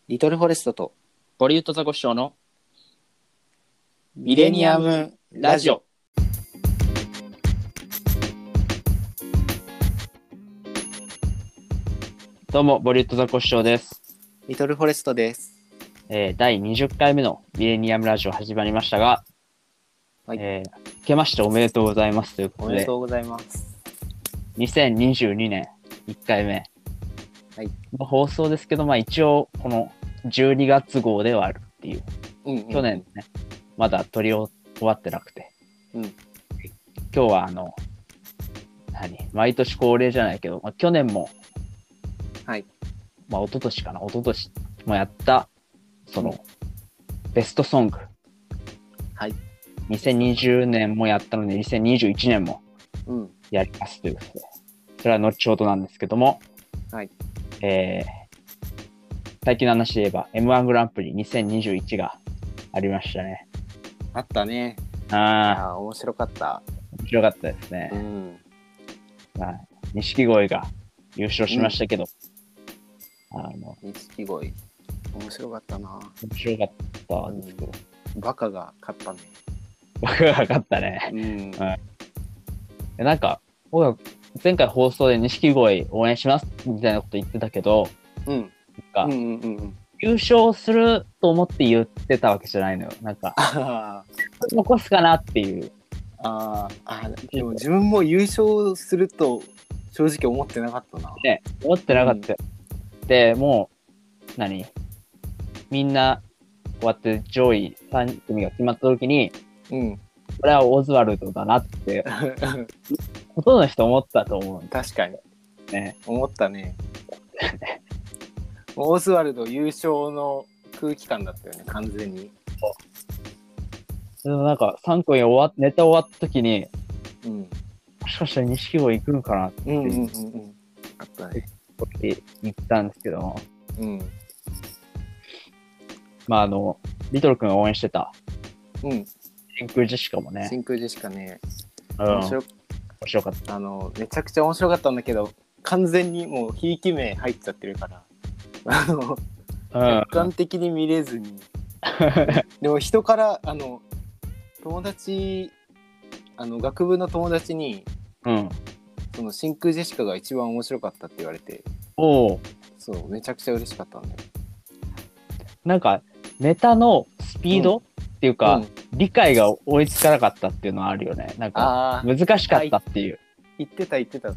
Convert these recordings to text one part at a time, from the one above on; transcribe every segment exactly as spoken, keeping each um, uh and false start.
リトルフォレストとボリウッドザコシショウのミレニアムラジオ。 どうもボリウッドザコシショウです。 リトルフォレストです。 えー、だいにじゅっかいめのミレニアムラジオ始まりましたが、はい、えー、明けましておめでとうございますということで、 おめでとうございます。 にせんにじゅうにねんいっかいめの放送ですけど、まあ一応このじゅうにがつ号ではあるっていう、うんうんうん、去年ねまだ撮り終わってなくて、うん、今日はあの何毎年恒例じゃないけど、まあ、去年もはいまあ一昨年かな一昨年もやったその、うん、ベストソング、 はい、 にせんにじゅうねんもやったのでにせんにじゅういちねんもやりますということで、それは後ほどなんですけども、 はい、 えー、最近の話で言えば エムワン グランプリにせんにじゅういちがありましたね。 あったね。 ああ、面白かった。 面白かったですね。うん、まあ、錦鯉が優勝しましたけど、 うん、あの錦鯉面白かったな。 面白かったんですけど、 うん、バカが勝ったね。 バカが勝ったね。うん。うん、なんか僕は前回放送で錦鯉応援しますみたいなこと言ってたけど、うん、なんか、うんうんうん、優勝すると思って言ってたわけじゃないのよ。なんか残すかなっていう。 ああ、でも自分も優勝すると正直思ってなかったな。 ね、思ってなかった。うん、でもう何みんなこうやって上位さん組が決まった時に、うん、これはオズワルドだなってほとんどの人思ったと思う。 確かに、ね、思ったね。オズワルド優勝の空気感だったよね、完全に。 でもなんかさん組終わネタ終わった時に、うん、もしかしたら錦鯉行くんかなって、うんうんうんうん、あったね。って言ったんですけど、うん、まああのリトル君が応援してた、うん、真空ジェシカもね。 真空ジェシカね。 うん、面白面白かった。 あのめちゃくちゃ面白かったんだけど、完全にもうひいき目入っちゃってるから、あの、うん、客観的に見れずに。でも人からあの友達あの学部の友達に、うん、その真空ジェシカが一番面白かったって言われて、おそうめちゃくちゃ嬉しかったんだよ。 なんかネタのスピード、うん、っていうか、うん、理解が追いつかなかったっていうのはあるよね。なんか難しかったっていう。 言ってた言ってた。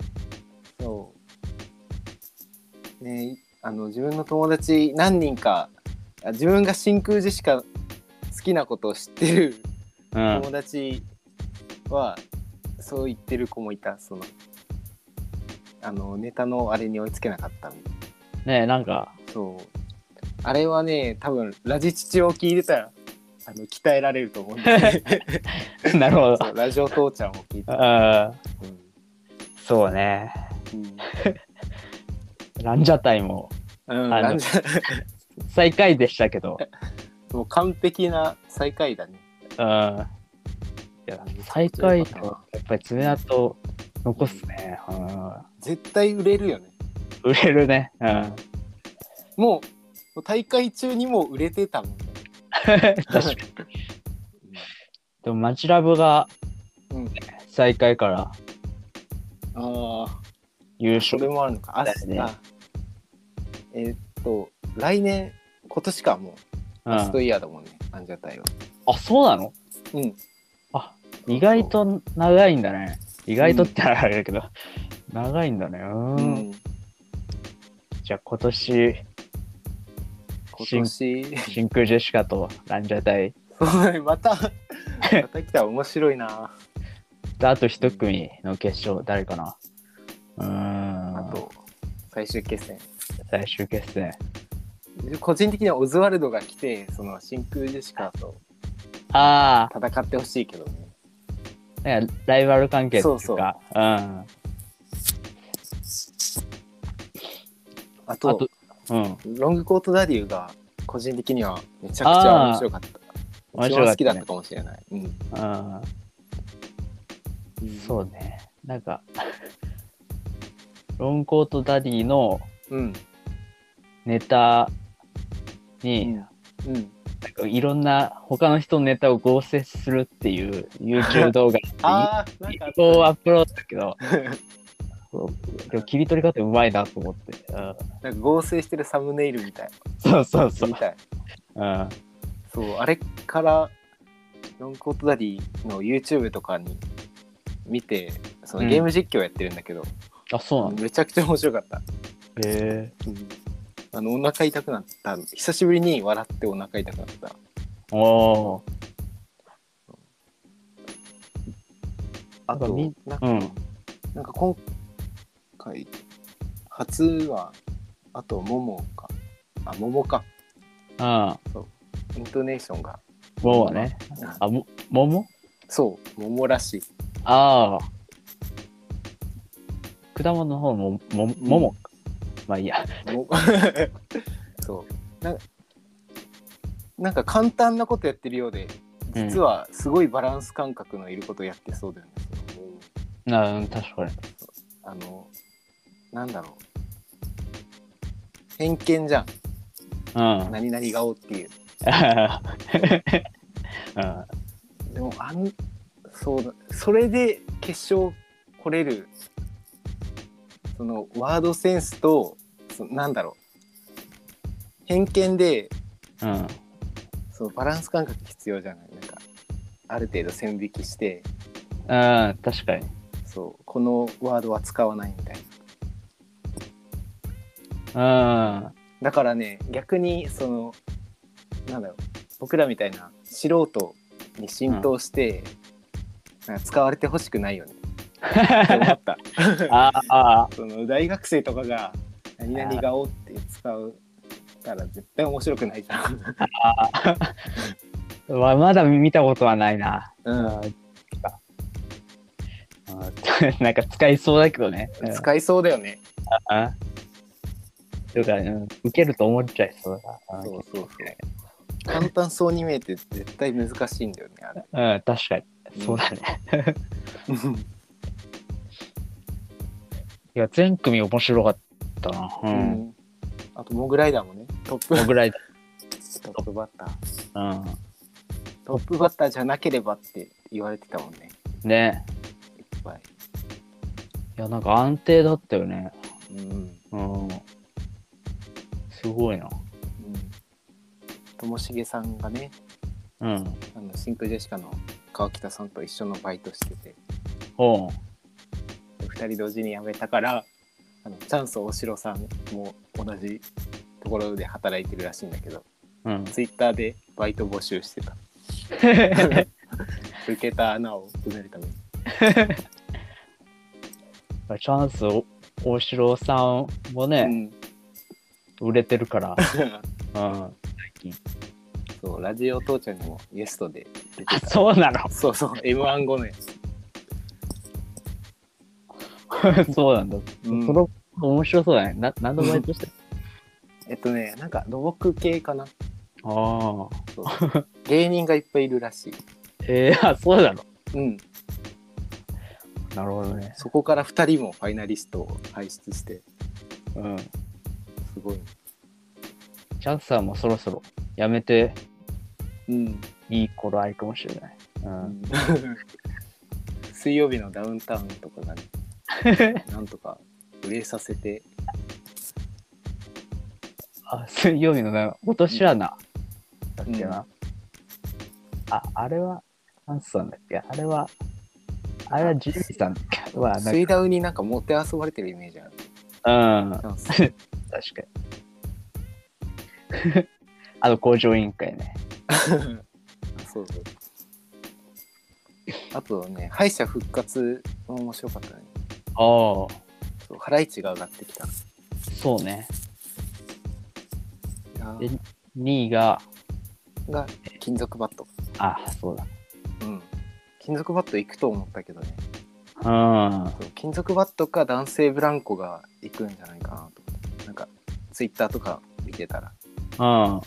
そうね、あの自分の友達何人か、自分が真空ジェシカ好きなことを知ってる友達は、うん、そう言ってる子もいた。そのあのネタのあれに追いつけなかったみたいな。ねえ、なんかそうあれはね、多分ラジ父を聞いてたらあの鍛えられると思うんでなるほど。 ラジオ父ちゃんを聞いてたら、うん、そうね、うん、ランジャタイも、うん、あの最下位でしたけどもう完璧な最下位だね。うん、いや最下位とやっぱり爪痕残すね、うん、 絶対売れるよね。 売れるね、うん、 もう大会中にも売れてたもんね。 確かにでもマジラブが最下位から、 うん、あ優勝それもあるのか。あ、ね、あえー、っと来年今年かもうラストイヤーだもんね、うん、ランジャタイは。 あ、そうなの？うん。あ、意外と長いんだね。意外とってあれだけど、うん、長いんだね。うん。うん、じゃあ今年今年真空ジェシカとランジャタイまたまた来たら面白いな。 あと一組の決勝誰かな。うーん。 あと最終決戦。 最終決戦。 個人的にはオズワルドが来て、その真空ジェシカとあ戦ってほしいけどね。 なんかライバル関係っていうか。そうそう。うん。 あと、あとうん、ロングコートダディが個人的にはめちゃくちゃ面白かった。一番好きだったかもしれない。うん、あうん、そうね。なんかロングコートダディのネタに、 うん、うん、 なんかいろんな他の人のネタを合成するっていう YouTube 動画あーなんかあったをアップロードだけど、でも切り取り方うまいなと思って。うん、 なんか合成してるサムネイルみたい。 そうそうそう。 みたい。 うん、 そう、あれからロンコートダディの YouTube とかに見て、そのゲーム実況やってるんだけど、うん、 あ、そうなんだ。 めちゃくちゃ面白かった。 へえー。 うん、あのお腹痛くなった。久しぶりに笑ってお腹痛くなった。 おー。 あと、なんか、うん、なんか今回、初は、あと、ももか。あ、桃か。 ああ。 そう。イントネーションが。 ももね。あ、も、桃？そう、 桃らしい。 ああ。果物の方も、も、桃、うん。まあいいや。 そう。な、なんか簡単なことやってるようで、実はすごいバランス感覚のいることやってそうだよね。 うん、ああ、確かに。 あの、なんだろう。偏見じゃん。うん。何々顔っていう。うん、でもあんそうだ、それで決勝来れるそのワードセンスとそなんだろう偏見で、うん、そうバランス感覚必要じゃない。なんかある程度線引きして、 あー確かにそうこのワードは使わないみたいな。あだからね逆にそのなんだろう僕らみたいな素人に浸透して、うん、なんか使われてほしくないよねって思ったああその大学生とかが何々顔って使うたら絶対面白くないじゃんあまだ見たことはないな、うん、なんか使いそうだけどね、 うん、使いそうだよねあとか、うん、受けると思っちゃいそうだ。 そうそうそう簡単そうに見えて絶対難しいんだよねあれ。うん、確かに。そうだね。いや、全組面白かったな。うん。うん、 あと、モグライダーもね。トップ。 モグライダー。トップバッター。うん。 トップバッターじゃなければって言われてたもんね。 ね。 いっぱい。 いや、なんか安定だったよね。 うん。 うん。すごいな。 ともしげさんがね、うん、あの真空ジェシカの川北さんと一緒のバイトしてて、 おうふたり同時に辞めたからあのチャンス大城さんも同じところで働いてるらしいんだけど、うん、ツイッターでバイト募集してた受けた穴を埋めるためにチャンス大城さんもね、うん、売れてるから、うんそうラジオ父ちゃんにもゲストで出てた。 あ、そうなの。 そうそう エムワン 後のやつそうなんだ、うん、その面白そうだね。な何のバイトしてるえっとねなんか土木系かな。ああそう芸人がいっぱいいるらしい。 えー、あそうなの。 うんなるほどね。 そこからふたりもファイナリストを輩出してうんすごい。 チャンスさんもそろそろやめて、 うん、 いい頃合いかもしれない。うん、 水曜日のダウンタウンとかがね、なんとか売れさせて。 あ、水曜日のダウン、落とし穴だっけな。うん、あ、あれはチャンスさんだっけ。あれは、あれはジミーさんだっけ。 水ダウになんか持って遊ばれてるイメージある。 うん。確かに。あの工場委員会ねそうそう。あとね敗者復活も面白かったね。 ああそうハライチが上がってきた。 そうね。でにいがが金属バット。 あそうだ。 うん金属バット行くと思ったけどね。 あそう金属バットか男性ブランコが行くんじゃないかなと思って。なんかツイッターとか見てたら。 あ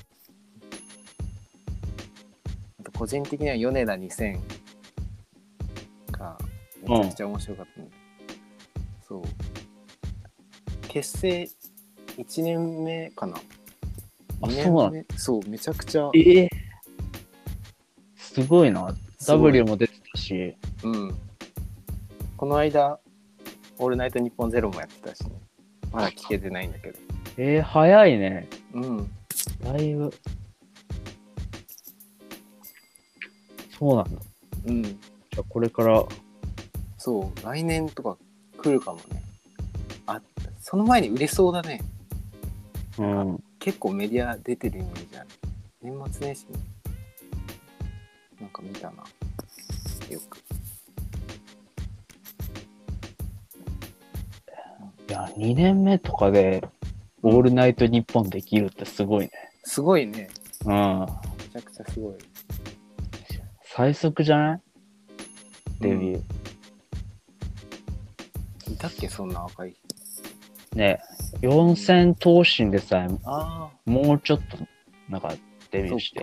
あと個人的には米田にせんがめちゃくちゃ面白かったので、うん、そう結成いちねんめかなあ、そうなの？ そう、めちゃくちゃ。 えー、すごいな。ダブリュー も出てたし。 うん。この間、オールナイトニッポンゼロもやってたしね。まだ聞けてないんだけど。 えー、早いね。 うん。 だいぶ。そうなんだ。 うん。 じゃあこれから。 そう、来年とか来るかもね。あ、その前に売れそうだね。 うん。 結構メディア出てるイメージある。年末年始になんか見たな。よく。 いや、にねんめとかで、オールナイトニッポンできるってすごいね。 すごいね。 うん。めちゃくちゃすごい。 最速じゃない？デビュー。 うん、いたっけそんな若い人。ねえ、よんせん頭身でさえ、 あもうちょっと、なんかデビューして。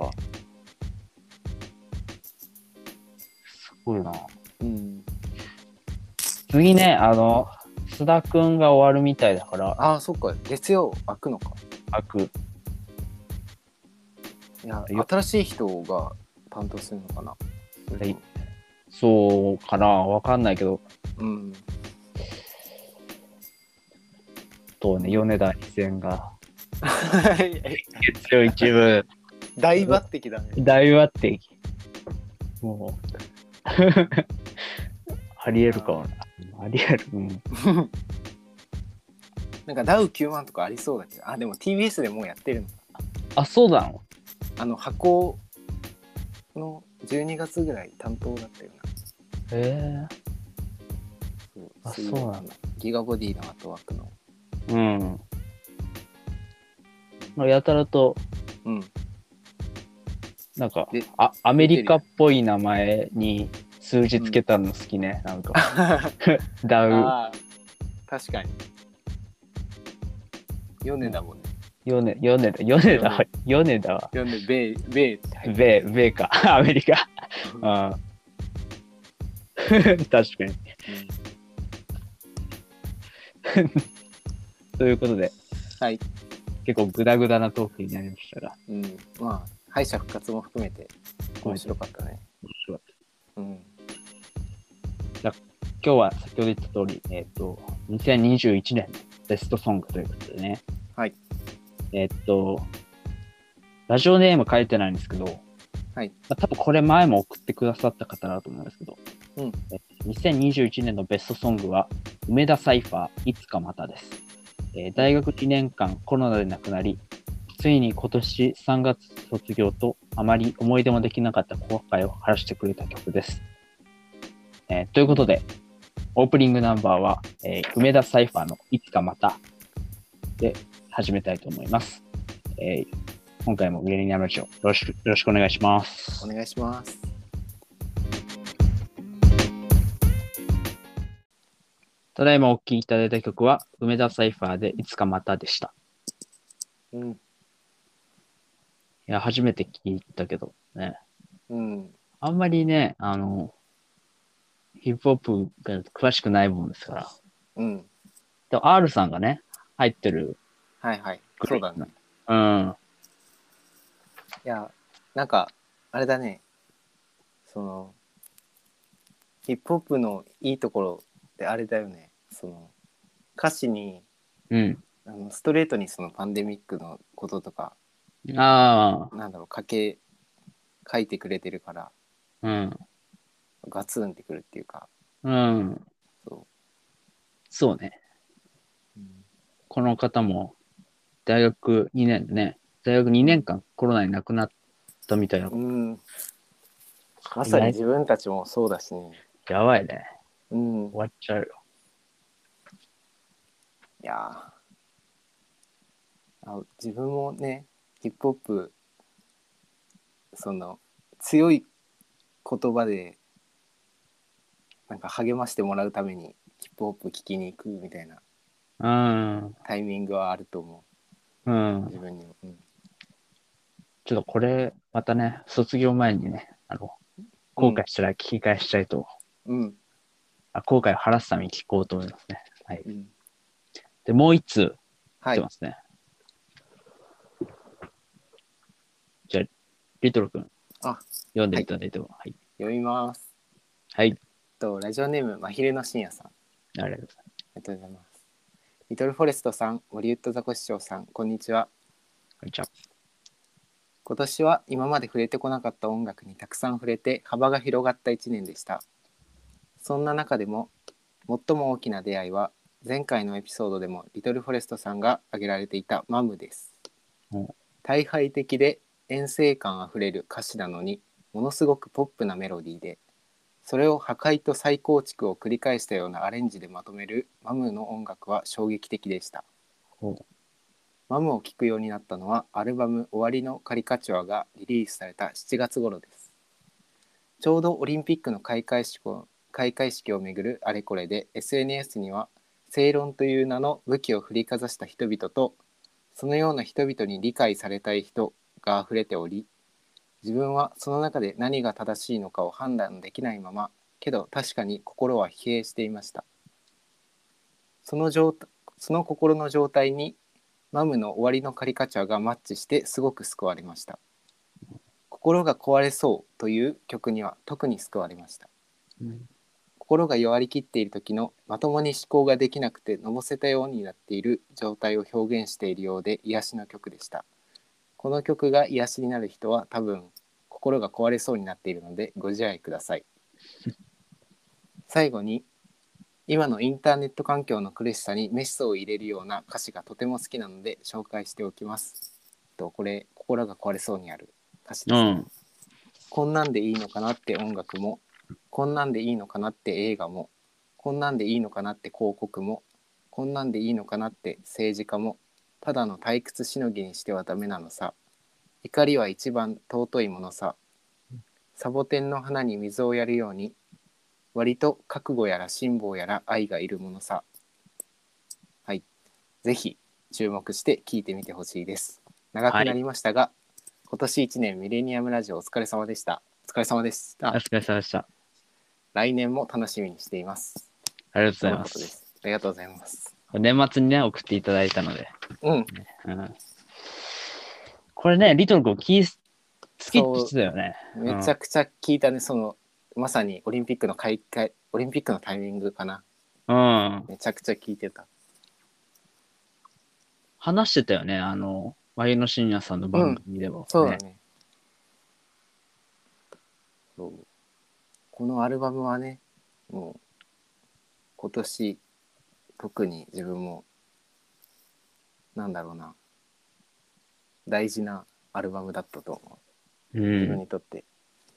すごいな。 うん。 次ね、あの、須田くんが終わるみたいだから。 ああ、そっか。月曜開くのか。 開く。 いや、新しい人が担当するのかな。 そうかな、わかんないけど。 うん。 とね、米田二千が。月曜一部。 大抜擢だね。 大抜擢。もう。ありえるかもな。ありえる。うん。 なんかダウきゅうまんとかありそうだけど、あ、でも ティービーエス でもうやってるの。 あ、そうなの？ あの箱のじゅうにがつぐらい担当だったよな。 へえ。 そう、 あ、そうなんだ。 ギガボディのアートワークの。 うん。やたらと、 うん。 なんか、あ、アメリカっぽい名前に数字つけたの好きね、うん、なんか。ダウ。 あ、確かに。米だもんね。 米、米だ、米だ、米だわ。 米、米、米って入って米、米か、アメリカ。あ確かに。うん、ということで、 はい、 結構グダグダなトークになりましたが。 うん、まあ、敗者復活も含めて面白かったね。 面白かった。 うん。 じゃ今日は先ほど言った通り、えっと、にせんにじゅういちねんのベストソングということでね。 はい。えっと、ラジオネーム書いてないんですけど、 はい。 まあ、多分これ前も送ってくださった方だと思うんですけど、 うん、 にせんにじゅういちねんのベストソングは、梅田サイファー、いつかまたです。えー、大学にねんかんコロナで亡くなり、ついに今年さんがつ卒業と、あまり思い出もできなかった後悔を晴らしてくれた曲です。えー、ということで、オープニングナンバーは、えー、梅田サイファーのいつかまたで始めたいと思います。えー、今回も芸人ラジオよろしく、よろしくお願いします。 お願いします。 ただいまお聴きいただいた曲は、梅田サイファーでいつかまたでした。 うん。 いや、初めて聞いたけどね。 うん。 あんまりね、あの、ヒップホップが詳しくないもんですから。 うん。 で、R さんがね、入ってる。 はいはい。そうだね。 うん。 いや、なんか、あれだね。その、ヒップホップのいいところってあれだよね。その、歌詞に、 うん。 あのストレートにそのパンデミックのこととか、 ああ。 なんだろう、書け、書いてくれてるから、 うん。 ガツンってくるっていうか。 うん。そう。そうね。うん、この方も、大学にねんでね、大学にねんかんコロナに亡くなったみたいな。 うん。まさに自分たちもそうだしね。 やばいね。 うん。 終わっちゃうよ。 いやあ、自分もね、ヒップホップ、その、強い言葉で、なんか励ましてもらうために、ヒップホップ聴きに行くみたいな、 うん、 タイミングはあると思う。うん。 自分にも。うん、 ちょっとこれ、またね、卒業前にね、あの、後悔したら聞き返したいと。うん。あ、後悔を晴らすために聞こうと思いますね。はい。うん、で、もう一通、来てますね。 リトル君、 あ、 読んでいただいても。はい。 読みます。 はい。 とラジオネーム真昼の深夜さん。 ありがとうございます。 ありがとうございます。リトルフォレストさん、モリウッドザコシショウさん、こんにちは。 こんにちは。 今年は今まで触れてこなかった音楽にたくさん触れて幅が広がったいちねんでした。そんな中でも最も大きな出会いは前回のエピソードでもリトルフォレストさんが挙げられていたマムです。 うん、 大敗的で遠征感あふれる歌詞なのにものすごくポップなメロディーで、それを破壊と再構築を繰り返したようなアレンジでまとめるマムの音楽は衝撃的でした。マムを聴くようになったのはアルバム終わりのカリカチュアがリリースされたしちがつ頃です。ちょうどオリンピックの開会式を開会式をめぐるあれこれで エスエヌエス には正論という名の武器を振りかざした人々とそのような人々に理解されたい人があふれており、自分はその中で何が正しいのかを判断できないまま、けど確かに心は疲弊していました。その状その心の状態にマムの終わりのカリカチュアがマッチしてすごく救われました。心が壊れそうという曲には特に救われました。うん、心が弱りきっている時のまともに思考ができなくてのぼせたようになっている状態を表現しているようで癒しの曲でした。この曲が癒しになる人は多分心が壊れそうになっているのでご自愛ください。最後に今のインターネット環境の苦しさにメスを入れるような歌詞がとても好きなので紹介しておきます。とこれ心が壊れそうにある歌詞ですね、うん、こんなんでいいのかなって音楽も、こんなんでいいのかなって映画も、こんなんでいいのかなって広告も、こんなんでいいのかなって政治家も、ただの退屈しのぎにしてはダメなのさ。怒りは一番尊いものさ。サボテンの花に水をやるように割と覚悟やら辛抱やら愛がいるものさ。はい、ぜひ注目して聞いてみてほしいです。長くなりましたが、はい、今年いちねんミレニアムラジオお疲れ様でした。お疲れ様でした。 お疲れ様でした。 来年も楽しみにしています。 ありがとうございます。 ありがとうございます。 年末にね送っていただいたので、 うん、 うん、これねリトル君キー好きって言ってたよね。 めちゃくちゃ聞いたね。そのまさにオリンピックの開会オリンピックのタイミングかな。 うん。 めちゃくちゃ聞いてた。 話してたよね、あの真夜の深夜さんの番組でも、ね、 うん、そうだね。そうこのアルバムはね、もう今年特に自分もなんだろうな、大事なアルバムだったと思う、うん、自分にとって。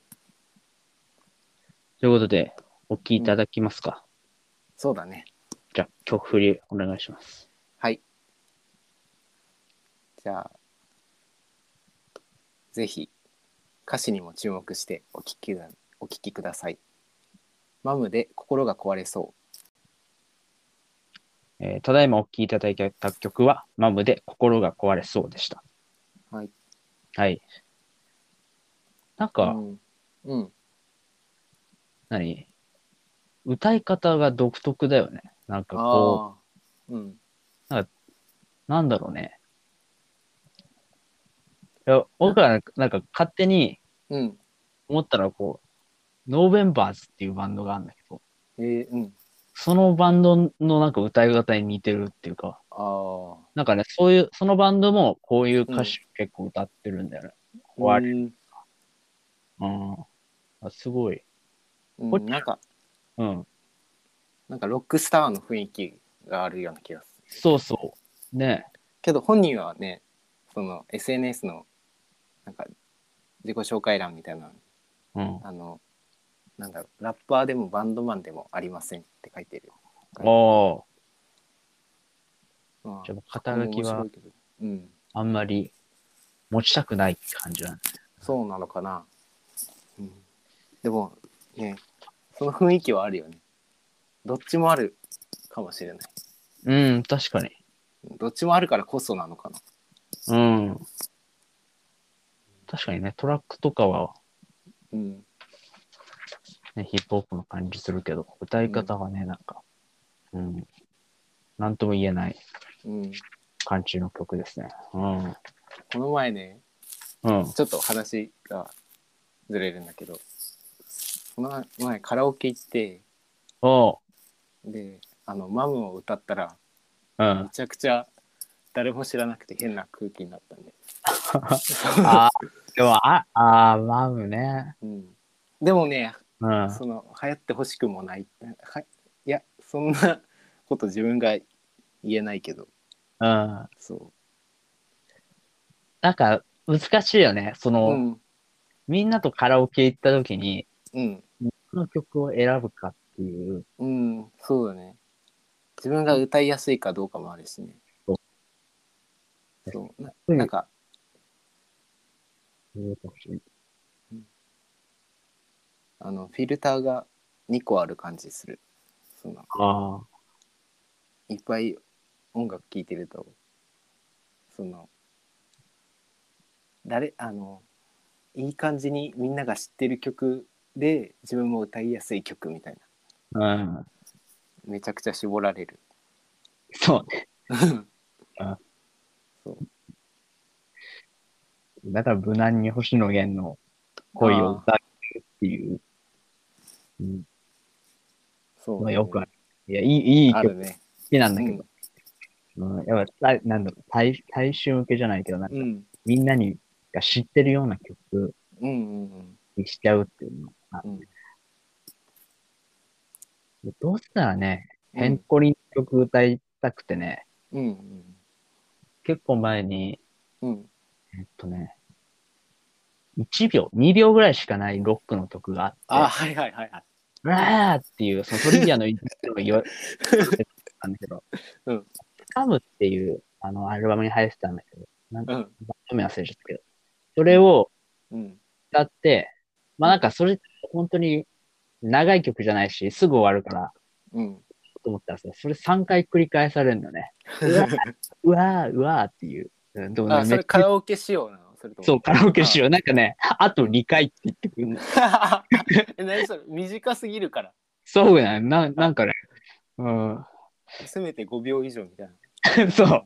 ということでお聴きいただきますか、うん、 そうだね。 じゃあ曲振りお願いします。 はい、じゃあぜひ歌詞にも注目してお聴きお聴きください。マムで心が壊れそう。 えー、ただいまお聴きいただいた曲はマムで心が壊れそうでした。 はい。 はい。なんか、うん。 うん、 何歌い方が独特だよね。なんかこう、うん、なんか、なんだろうね。いや僕はなんか勝手に思ったらこう、ノーベンバーズっていうバンドがあるんだけど、 えーうん、 そのバンドのなんか歌い方に似てるっていうか、 あなんかね、そういう、そのバンドもこういう歌詞結構歌ってるんだよね。壊れる。うん。あ、すごい。 うん、なんか、うん。なんかロックスターの雰囲気があるような気がする。 そうそう。ね。 けど本人はね、その エスエヌエス のなんか自己紹介欄みたいな、うん、あのなんだろう、ラッパーでもバンドマンでもありませんって書いてる。 おー、まあ、じゃあ肩書きはあんまり持ちたくない感じなんです、ね、 そうなのかな、うん、でもね、その雰囲気はあるよね。どっちもあるかもしれない。 うん、確かに。 どっちもあるからこそなのかな。うん。確かにね、トラックとかは、うん。ね、ヒップホップの感じするけど、歌い方はね、うん、なんか、うん。なんとも言えない感じの曲ですね。うん。 この前ね、 うん。 ちょっと話がずれるんだけど、この前カラオケ行って、 おうであのマムを歌ったらうん。 めちゃくちゃ誰も知らなくて変な空気になったんで。 あー、でも、あ、あー、マムね。 うん、でもね、 うん。 その流行ってほしくもない。はい、いやそんなこと自分が言えないけど、 うん。 そなんか、難しいよね。そう。うの、 んみんなとカラオケ行った時に、 うんどの曲を選ぶかっていう。 うん、そうだね。自分が歌いやすいかどうかもあるしね。 そうそうな、 うん。 なんか、あのフィルターがにこある感じする。そのああ。 いっぱい音楽聴いてると、その誰あのいい感じにみんなが知ってる曲で自分も歌いやすい曲みたいうん。 な、めちゃくちゃ絞られる。 そうね。うん。 そうだから無難に星野源の恋をああ、 歌うっていう、うん、 そうだね。 のよくある。いや、いい、いい曲好あるね。 きなんだけど、 うんうん、やっぱ、たなんだろう、大、大衆向けじゃないけど、なんか、 うんみんなにが知ってるような曲うんうんにしちゃうっていうのが、 うんどうしたらね、 うんうんヘンコリンの曲歌いたくてね、 うん結構前に、 うん。 えっとね、いちびょう、にびょうぐらいしかないロックの曲があっあ、 て、 はいはいはいはい。 うわーっていう、そのトリビアの一部を言われてたんだけど、 うんカムっていうあのアルバムに入ってたんだけど、なんうんバンド名忘れちゃったけど、そうんれをうん歌って、まうんあなんかそれ本当に長い曲じゃないし、すぐ終わるから、 うん。 と思ったらさ、それさんかい繰り返されるのね。うわー、うわー、うわーっていう。うん、でもね、 あ、そめっちゃ、 れカラオケ仕様なのそれとも。 そう、カラオケしあよう。なんかね、あとうん。 にかいって言ってくるの。 え、何それ短すぎるから。 そうやん、な、なあ、 んかね、うん、 せめてごびょう以上みたいな。 そう。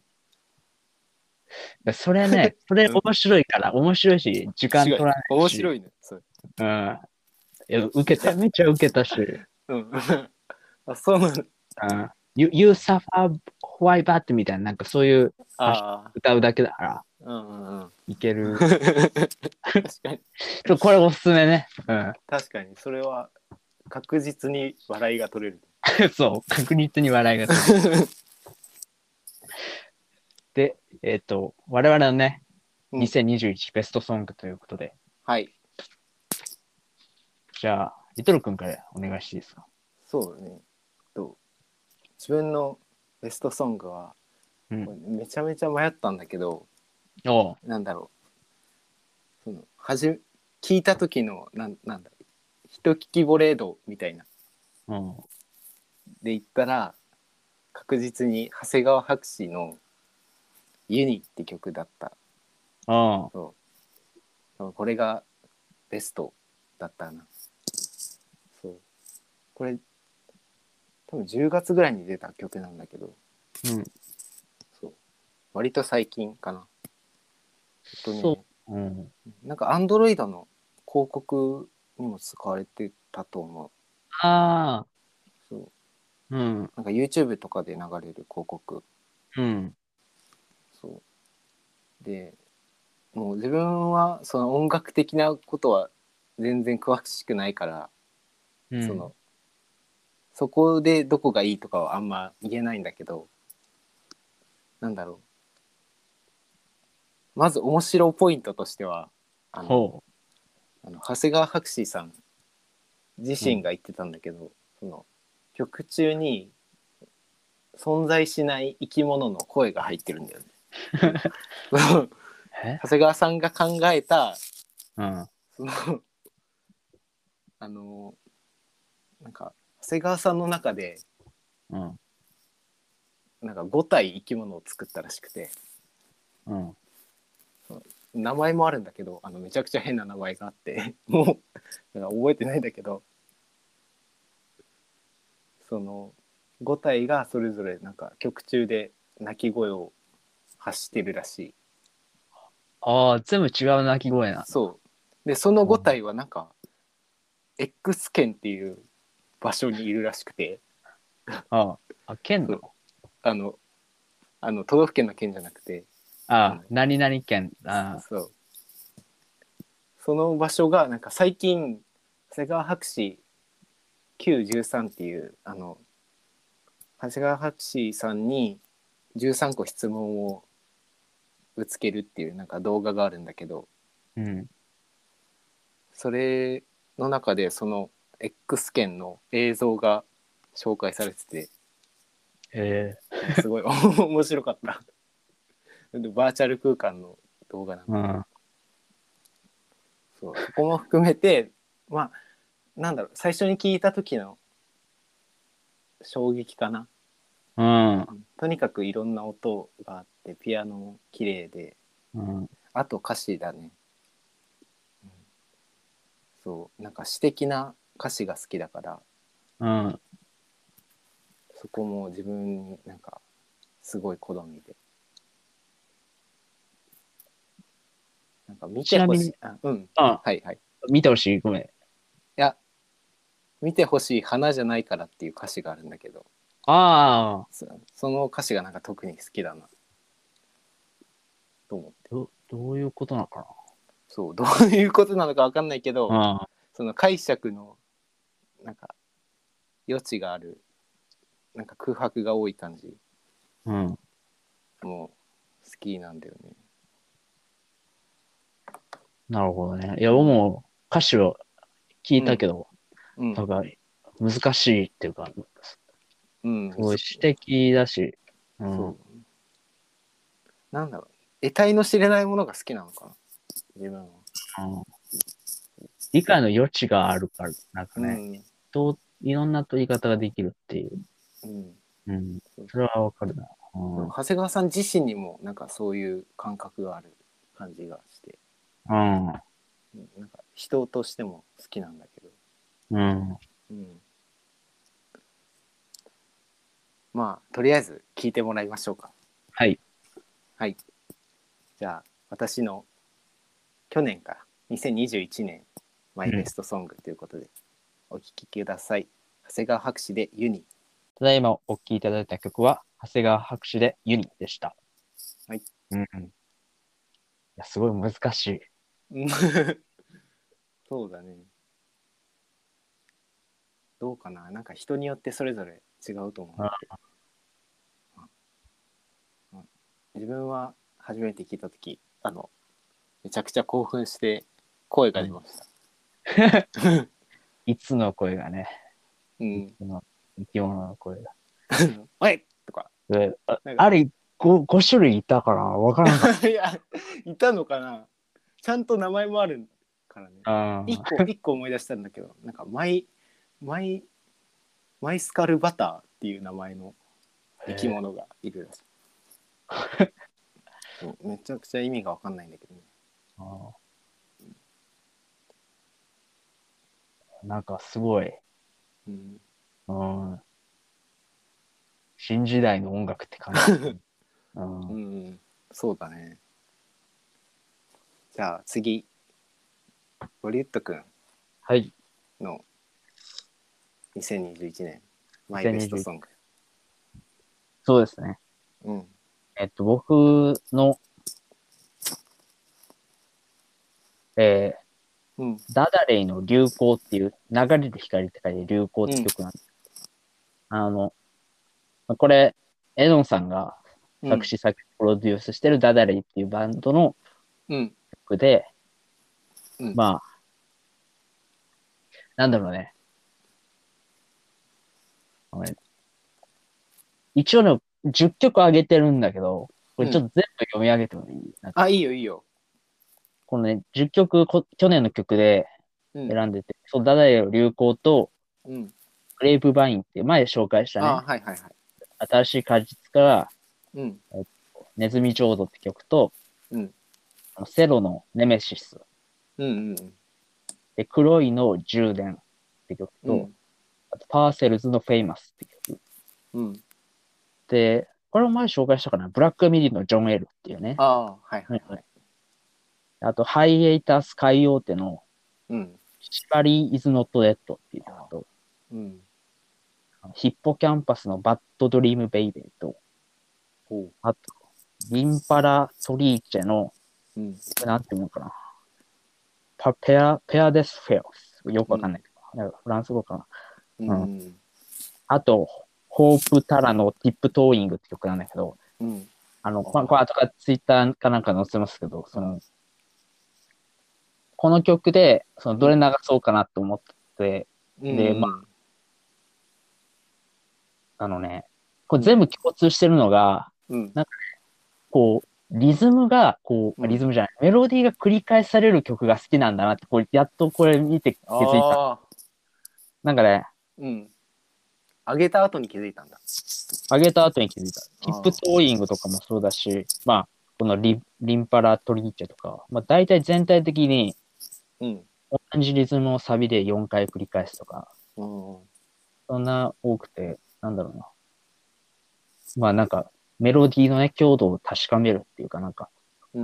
それね、それうん。 面白いから、面白いし、時間違い。 取らないし、 面白いね。それ。 うん。いや、受けたよ。めっちゃ受けたし、 うん。あ、そうなの。 うん。You, you suffer why bad みたいな、なんかそういう歌詞ああ。 歌うだけだから、 うんうんうん。 いける。 確かに。 ちょこれおすすめね。うん。 確かに。それは確実に笑いが取れる。 そう、確実に笑いが取れる。で、えっと、我々のね、 うん。 にせんにじゅういちベストソングということで、 はい。 じゃあ、リトル君からお願いしていいですか？ そうだね。と自分のベストソングはうん。 これめちゃめちゃ迷ったんだけど、 おう。 なんだろう。そのはじ聞いた時のなんなんだろう。一聞き惚れ度みたいなうん。 で言ったら確実に長谷川博士のユニって曲だった。 うん。 そうこれがベストだったな。そうこれ多分じゅうがつぐらいに出た曲なんだけど、 うん。 そう割と最近かな。えっとそね、 う。うん。 なんかアンドロイドの広告にも使われてたと思う。 ああ、 そううん。 なんか YouTube とかで流れる広告。 うん。 そうでもう自分はその音楽的なことは全然詳しくないから、 うん。 そのそこでどこがいいとかはあんま言えないんだけど、なんだろう、まず面白ポイントとしてはあのほあの長谷川博士さん自う。うん。 身が言ってたんだけど、その曲中に存在しない生き物の声が入ってるんだよね。そのえ長谷川さんが考えたうん。 そのあのなんか長谷川さんの中でうん。 なんかご体生き物を作ったらしくて、 うん。 名前もあるんだけど、あのめちゃくちゃ変な名前があってもうなんか覚えてないんだけど、そのご体がそれぞれなんか曲中で鳴き声を発してるらしい。 ああ、全部違う鳴き声な。 そう。で、そのご体はなんか、X 県っていう場所にいるらしくて、 ああ、あ、県のあの、あの都道府県の県じゃなくて、 ああ、 あの何々県。あそう。その場所がなんか最近、長谷川博士きゅういちさんっていうあの長谷川博士さんにじゅうさんこ質問をぶつけるっていうなんか動画があるんだけど、 うん。そそれの中でその X 県の映像が紹介されてて、 へなんかすごい面白かった。バーチャル空間の動画なんえ。うだけど、 ん。 そう、そこも含めて、まあなんだろう、最初に聞いた時の衝撃かな。 うん。 とにかくいろんな音があってピアノも綺麗で、 うん。 あと歌詞だね。そうなんか詩的な歌詞が好きだから、 うん。 そこも自分になんかすごい好みで、なんか見てほしい。 ちなみに、 あ、うんあ、 はいはい。い見てほしい。ごめん。 や、見てほしい花じゃないからっていう歌詞があるんだけど、 ああ、 そその歌詞がなんか特に好きだなと思って。 ど、どういうことなのかそうどういうことなのか分かんないけど、 な。 その解釈のなんか余地がある、なんか空白が多い感じうん。うん。 も好きなんだよね。 なるほどね。いや、 うん、 僕も歌詞を聞いうん、 たけど、 うん、 なんか難しいっていうか、 うん、 すごい詩的だし、うん。 そうなんだろう、得体の知れないものが好きなのかな自分は。 うん理解の余地があるから、なんかね、 うん、 どう、いろんな取り方ができるっていう。 うん、 うん。 そうそれはわかるな。 そう、 うん。 長谷川さん自身にもなんかそういう感覚がある感じがして、 うん。 うん、なんか人としても好きなんだけど、 うん。 うん、まあとりあえず聞いてもらいましょうか。 はい。 はい、じゃあ私の去年からにせんにじゅういちねんマイベうん。 ストソングということでお聴きください。長谷川博士でユニ。 ただいまお聴きいただいた曲は、長谷川博士でユニでした。 はい。 うん。いや、すごい難しい。 そうだね。どうかな、なんか人によってそれぞれ違うと思うんだけど、うん、自分は初めて聞いた時あのめちゃくちゃ興奮して声が出うん。 ました。 いつの声がね、 うん。 いつの生き物の声が。 おいとか。 であなんかあれご、ご種類いたからわからんかっいや、いたのかな。ちゃんと名前もあるからね。 た。あ一個一個思い出したんだけど、なんかマイマイマイスカルバターっていう名前の生き物がいるらしい。そうめちゃくちゃ意味がわかんないんだけどね。 あなんかすごい、 うん。 うん、新時代の音楽って感じ。うん、 うん、そうだね。じゃあ次、ボリュットくんはい。 のにせんにじゅういちねんマイベストにせんにじゅうソング。 そうですね。 うん。 えっと、僕の、えうん。 ー、ダダレイの流行っていう、流れる光って書いて流行ってうん。 曲なんです。あの、これ、エドンさんがうん。 作詞作曲プロデュースしてるダダレイっていうバンドのうん。 曲で、 うん。 まあ、なんだろうね。一応ね、じゅっきょく上げてるんだけど、これちょっと全部読み上げてもいいなんか、 あ、いいよいいよ。 このね、じゅっきょくこ、去年の曲でうん。 選んでて、そう、ダダレイの流行と、 うん。 グレープバインって前紹介したあ、 ね、 はいはいはい。 新しい果実から、 うん。 えっと、ネズミ浄土って曲と、 うん。 あのセロのネメシス、 うんうんで、黒いの充電って曲と、 うん。 あとパーセルズのフェイマスって曲。 うん。 で、これも前紹介したかな、ブラックミディのジョン・エルっていうね。 ああ、はいうんはいはい。 あと、ハイエイタース海大手の、 うん。 シバリー・イズ・ノット・デッドっていうのと、 うん。 ヒッポキャンパスのバッド・ドリーム・ベイベーと、 ほう。 あと、リンパラ・トリーチェの、 うん。 なんていうのかな。パペア、ペアデス・フェアス。よくわかんないけど、なんかフランス語かな。うん。 うん。 あと、ホープ・タラのティップ・トーイングって曲なんだけど、 うん。 あの、これ、これ後からツイッターかなんか載せますけど、その、この曲で、その、どれ流そうかなと思って、 うん。 で、まうんあ、あのね、これ全部共通してるのが、 うん。 なんかね、こう、リズムが、こう、 うん。 リズムじゃない、メロディーが繰り返される曲が好きなんだなって、これ、やっとこれ見て気づいた。 ああ。 なんかね、 うん。上げた後に気づいたんだ。 上げた後に気づいた。ティップあトーイングとかもそうだし、まあ、このリリンパラトリーチェとか、まあ、大体全体的にうん。 同じリズムをサビでよんかい繰り返すとか、 うん。 そんな多くて、なんだろうな。まあなんか、メロディーのね、強度を確かめるっていうかなんか、 うん。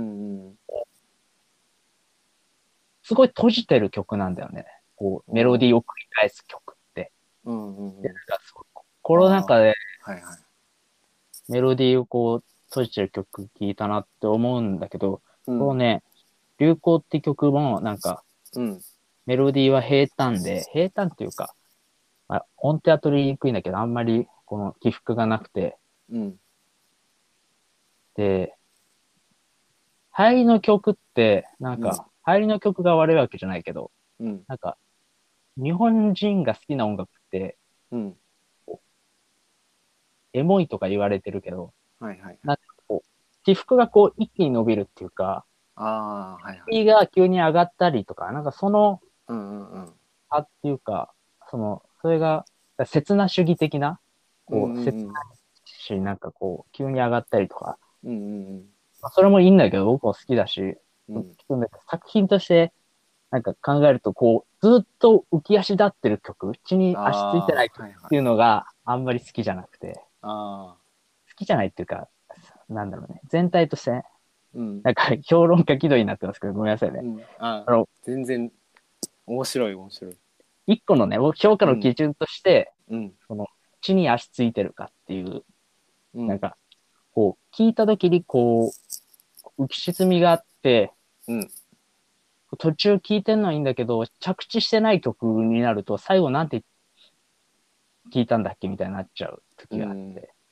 すごい閉じてる曲なんだよね。こう、メロディーを繰り返す曲って。 うん。うん。 で、 うん。 なんかそうコロナ禍ではいはい。 メロディーをこう、閉じてる曲聴いたなって思うんだけど、 うん。 このね、流行って曲もなんか、 うん。 メロディーは平坦で、平坦っていうか、まあ、音程は取りにくいんだけど、あんまりこの起伏がなくて、 うん。 で、入りの曲って、なんうん。 か、入りの曲が悪いわけじゃないけど、 うん。 なんか、日本人が好きな音楽って、 うん。 エモいとか言われてるけど、 はいはいはい。 なんかこう、起伏がこう一気に伸びるっていうか、 ああ、はいはい。 キーが急に上がったりとか、なんかその、 うんうんうん。 あっていうか、その、それが、刹那主義的な、 うんこう、切うんうん。 ないし、なんかこう、急に上がったりとか、 うんうんうん。 まあ、それもいいんだけど、僕も好きだし、 うん。 聞くんだけど作品として、なんか考えると、こう、ずっと浮き足立ってる曲、地に足ついてないああ、 曲っはいはい。 ていうのがあんまり好きじゃなくて、 ああ、 好きじゃないっていうか、なんだろうね、全体としてね、 うん。 なんか評論家気取りになってますけど、ごめんなさいね。 うん。ああ、 あの、 全然面白い面白い。 一個のね、僕評価うん。 の基準として、 うん。 その、地に足ついてるかっていう、 うん。 なんか、こう、聞いた時にこう、浮き沈みがあって、 うん。 途中聞いてんのはいいんだけど、着地してない曲になると、最後なんて聞いたんだっけみたいになっちゃうう時があっん。 て。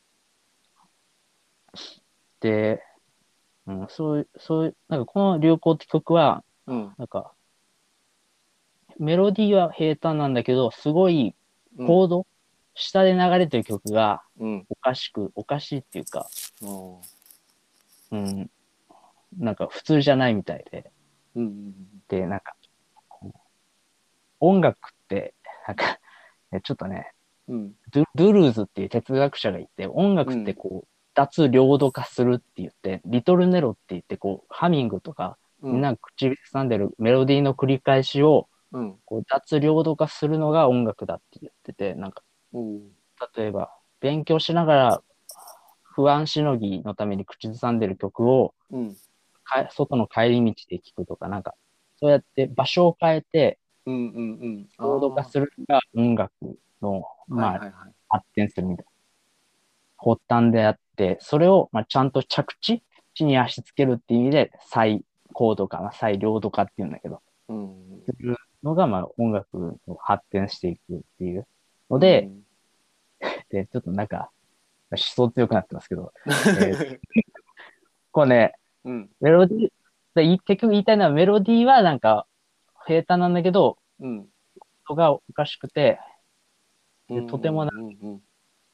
で、うん、そういう、そういう、なんかこの流行って曲は、 うん。 なんか、メロディーは平坦なんだけど、すごいうん。 コード、下で流れてる曲がうん。 おかしく、おかしいっていうか、 おーうん、なんか普通じゃないみたいで。 うん。 で、なんか、音楽って、なんか、ちょっとね、 うん。 ドゥドゥルーズっていう哲学者がいて、音楽ってうん。 こう、脱領土化するって言って、リトルネロって言って、こう、ハミングとか、 うん。 みんなが口ずさんでるメロディーの繰り返しを、 うん。 こう、脱領土化するのが音楽だって言ってて、なんか、 おー例えば、勉強しながら不安しのぎのために口ずさんでる曲を、 うん。 か外の帰り道で聴くとか、なんか、そうやって場所を変えて、 うんうんうん。 領土化あするのが音楽の、 あ、はいまあ、 はいはい。 発展するみたいな。発端であって、それを、まあ、ちゃんと着地地に足つけるっていう意味で、再高度化、まあ、再領土化っていうんだけど、 うん。 するのが、まあ、音楽を発展していくっていうので、 うん。 で、ちょっとなんか、思想強くなってますけど、えー、こうね、 うん。 メロディー、で結局言いたいのはメロディーはなんか平坦なんだけど、 うん。 音がおかしくて、で、とうん。 てもな、 うん。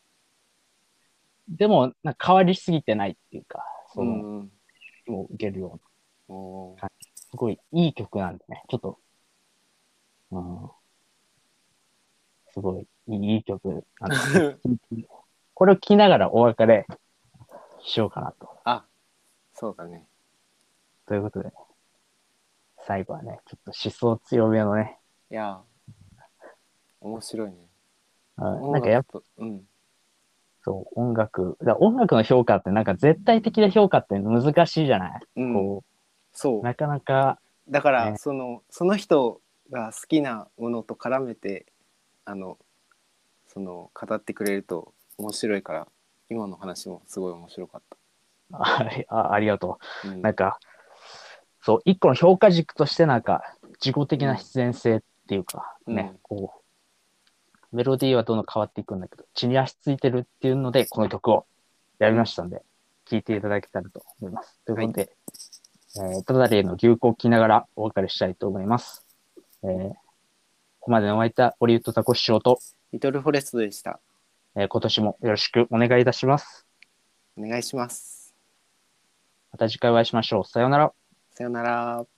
でも、なんか変わりすぎてないっていうか、 うその、 ん。 もう受けるようなおー感じ。すごいいい曲なんでね、ちょっと、うん、すごいいい曲なんで、ぜひこれを聞きながらお別れしようかなと。 あ、そうだね。 ということで、最後はね、ちょっと思想強めのね、 いや、面白いね。 うん、なんかやっぱ音楽と、うん。 そう、音楽、だ音楽の評価ってなんか絶対的な評価って難しいじゃないうん。 こう、 そうなかなかだから、 ね、 そのその人が好きなものと絡めてあのその語ってくれると面白いから、今の話もすごい面白かっああありがとた。うう。 んなんか、そう、一個の評価軸としてなんか、自己的な必然性っていうか、 うんね、こう、メロディーはどんどん変わっていくんだけど、地に足ついてるっていうので、この曲をやりましたんで、聴、うん、いていただけたらと思います。ということで、はい、えー、ただれの牛角を聞きながらお別れしたいと思います。えー、ここまでのお相手は、オリウッドザコシショウと、 リトルフォレストでした。 えー、今年もよろしくお願いいたします。 お願いします。 また次回お会いしましょう。さようなら。 さようなら。